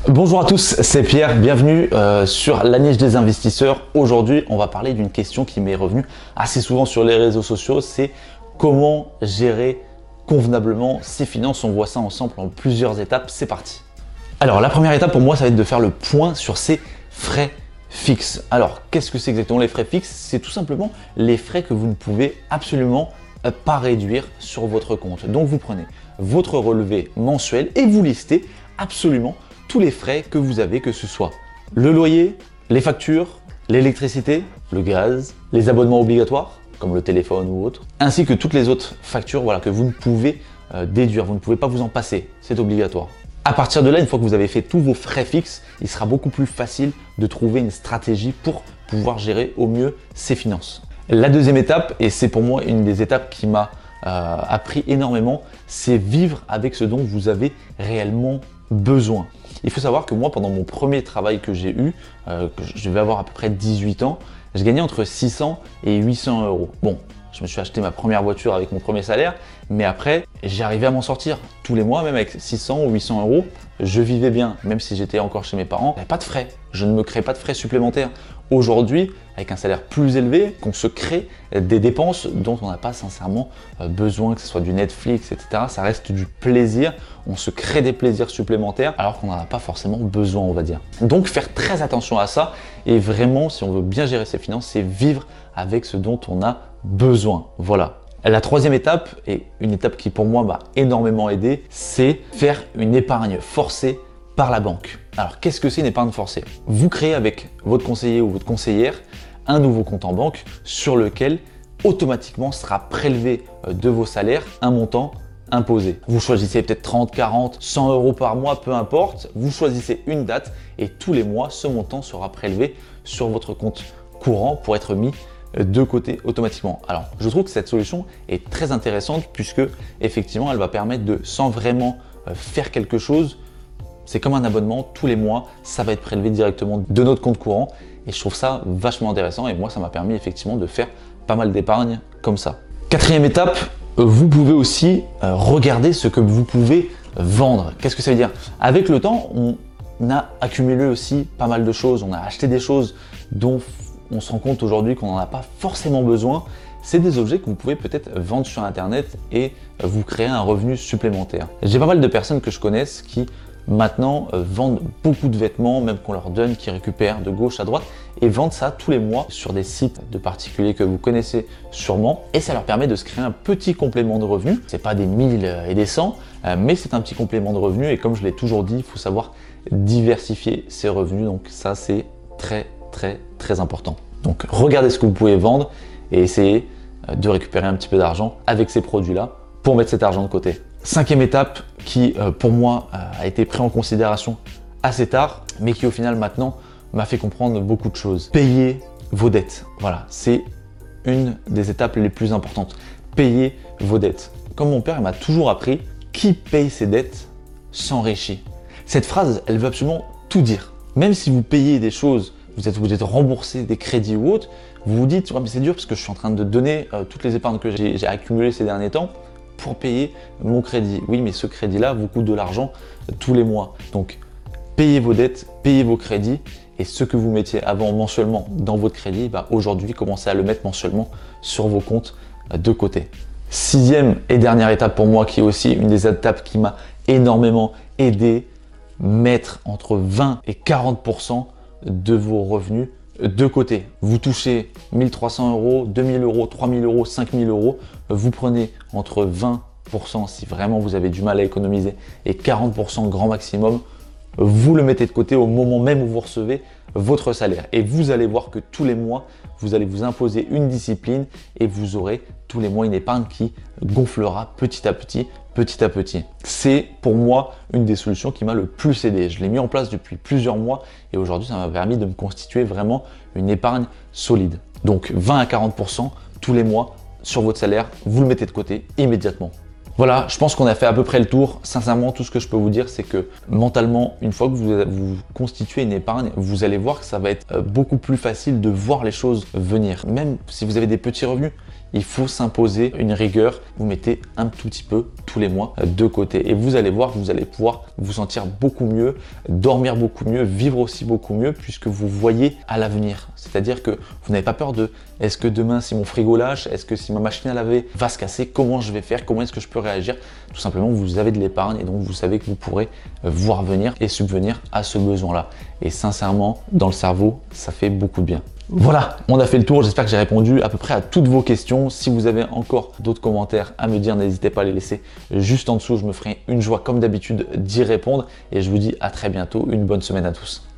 Bonjour à tous, c'est Pierre, bienvenue sur la niche des investisseurs. Aujourd'hui, on va parler d'une question qui m'est revenue assez souvent sur les réseaux sociaux, c'est comment gérer convenablement ses finances. On voit ça ensemble en plusieurs étapes, c'est parti. Alors la première étape pour moi, ça va être de faire le point sur ses frais fixes. Alors qu'est-ce que c'est exactement les frais fixes? C'est tout simplement les frais que vous ne pouvez absolument pas réduire sur votre compte. Donc vous prenez votre relevé mensuel et vous listez absolument tous les frais que vous avez, que ce soit le loyer, les factures, l'électricité, le gaz, les abonnements obligatoires comme le téléphone ou autre, ainsi que toutes les autres factures que vous ne pouvez déduire, vous ne pouvez pas vous en passer, c'est obligatoire. À partir de là, une fois que vous avez fait tous vos frais fixes, il sera beaucoup plus facile de trouver une stratégie pour pouvoir gérer au mieux ses finances. La deuxième étape, et c'est pour moi une des étapes qui m'a appris énormément, c'est vivre avec ce dont vous avez réellement besoin. Il faut savoir que moi, pendant mon premier travail que j'ai eu, je devais avoir à peu près 18 ans, je gagnais entre 600 et 800 euros. Bon, je me suis acheté ma première voiture avec mon premier salaire, mais après, j'ai arrivé à m'en sortir. Tous les mois, même avec 600 ou 800 euros, je vivais bien, même si j'étais encore chez mes parents. Il n'y avait pas de frais, je ne me crée pas de frais supplémentaires. Aujourd'hui, avec un salaire plus élevé, qu'on se crée des dépenses dont on n'a pas sincèrement besoin, que ce soit du Netflix, etc. Ça reste du plaisir, on se crée des plaisirs supplémentaires alors qu'on n'en a pas forcément besoin, on va dire. Donc faire très attention à ça et vraiment, si on veut bien gérer ses finances, c'est vivre avec ce dont on a besoin. Voilà. La troisième étape, et une étape qui pour moi m'a énormément aidé, c'est faire une épargne forcée par la banque. Alors qu'est-ce que c'est une épargne forcée? Vous créez avec votre conseiller ou votre conseillère un nouveau compte en banque sur lequel automatiquement sera prélevé de vos salaires un montant imposé. Vous choisissez peut-être 30, 40, 100 euros par mois, peu importe. Vous choisissez une date et tous les mois, ce montant sera prélevé sur votre compte courant pour être mis de côté automatiquement. Alors, je trouve que cette solution est très intéressante puisque effectivement, elle va permettre de, sans vraiment faire quelque chose, c'est comme un abonnement, tous les mois, ça va être prélevé directement de notre compte courant et je trouve ça vachement intéressant et moi, ça m'a permis effectivement de faire pas mal d'épargne comme ça. Quatrième étape, vous pouvez aussi regarder ce que vous pouvez vendre. Qu'est-ce que ça veut dire? Avec le temps, on a accumulé aussi pas mal de choses, on a acheté des choses dont on se rend compte aujourd'hui qu'on n'en a pas forcément besoin. C'est des objets que vous pouvez peut-être vendre sur internet et vous créer un revenu supplémentaire. J'ai pas mal de personnes que je connaisse qui maintenant vendent beaucoup de vêtements, même qu'on leur donne, qui récupèrent de gauche à droite et vendent ça tous les mois sur des sites de particuliers que vous connaissez sûrement et ça leur permet de se créer un petit complément de revenus. C'est pas des 1000 et des 100, mais c'est un petit complément de revenus et comme je l'ai toujours dit, il faut savoir diversifier ses revenus, donc ça c'est très important. Donc regardez ce que vous pouvez vendre et essayez de récupérer un petit peu d'argent avec ces produits-là pour mettre cet argent de côté. Cinquième étape qui pour moi a été prise en considération assez tard, mais qui au final maintenant m'a fait comprendre beaucoup de choses. Payez vos dettes. Voilà, c'est une des étapes les plus importantes. Payez vos dettes. Comme mon père il m'a toujours appris, qui paye ses dettes s'enrichit. Cette phrase, elle veut absolument tout dire. Même si vous payez des choses, vous êtes obligé de rembourser des crédits ou autres, vous vous dites mais c'est dur parce que je suis en train de donner toutes les épargnes que j'ai accumulées ces derniers temps pour payer mon crédit. Oui, mais ce crédit-là vous coûte de l'argent tous les mois. Donc, payez vos dettes, payez vos crédits et ce que vous mettiez avant mensuellement dans votre crédit, aujourd'hui, commencez à le mettre mensuellement sur vos comptes de côté. Sixième et dernière étape pour moi, qui est aussi une des étapes qui m'a énormément aidé, mettre entre 20 et 40% de vos revenus de côté. Vous touchez 1300 euros, 2000 euros, 3000 euros, 5000 euros. Vous prenez entre 20% si vraiment vous avez du mal à économiser et 40% grand maximum. Vous le mettez de côté au moment même où vous recevez votre salaire. Et vous allez voir que tous les mois, vous allez vous imposer une discipline et vous aurez tous les mois une épargne qui gonflera petit à petit. C'est pour moi une des solutions qui m'a le plus aidé. Je l'ai mis en place depuis plusieurs mois et aujourd'hui, ça m'a permis de me constituer vraiment une épargne solide. Donc 20 à 40% tous les mois sur votre salaire, vous le mettez de côté immédiatement. Voilà, je pense qu'on a fait à peu près le tour. Sincèrement, tout ce que je peux vous dire, c'est que mentalement, une fois que vous constituez une épargne, vous allez voir que ça va être beaucoup plus facile de voir les choses venir. Même si vous avez des petits revenus, il faut s'imposer une rigueur. Vous mettez un tout petit peu tous les mois de côté et vous allez voir que vous allez pouvoir vous sentir beaucoup mieux, dormir beaucoup mieux, vivre aussi beaucoup mieux puisque vous voyez à l'avenir. C'est-à-dire que vous n'avez pas peur de est-ce que demain si mon frigo lâche, est-ce que si ma machine à laver va se casser, comment je vais faire, comment est-ce que je peux réagir. Tout simplement, vous avez de l'épargne et donc vous savez que vous pourrez voir venir et subvenir à ce besoin-là. Et sincèrement, dans le cerveau, ça fait beaucoup de bien. Voilà, on a fait le tour. J'espère que j'ai répondu à peu près à toutes vos questions. Si vous avez encore d'autres commentaires à me dire, n'hésitez pas à les laisser juste en dessous. Je me ferai une joie comme d'habitude d'y répondre et je vous dis à très bientôt. Une bonne semaine à tous.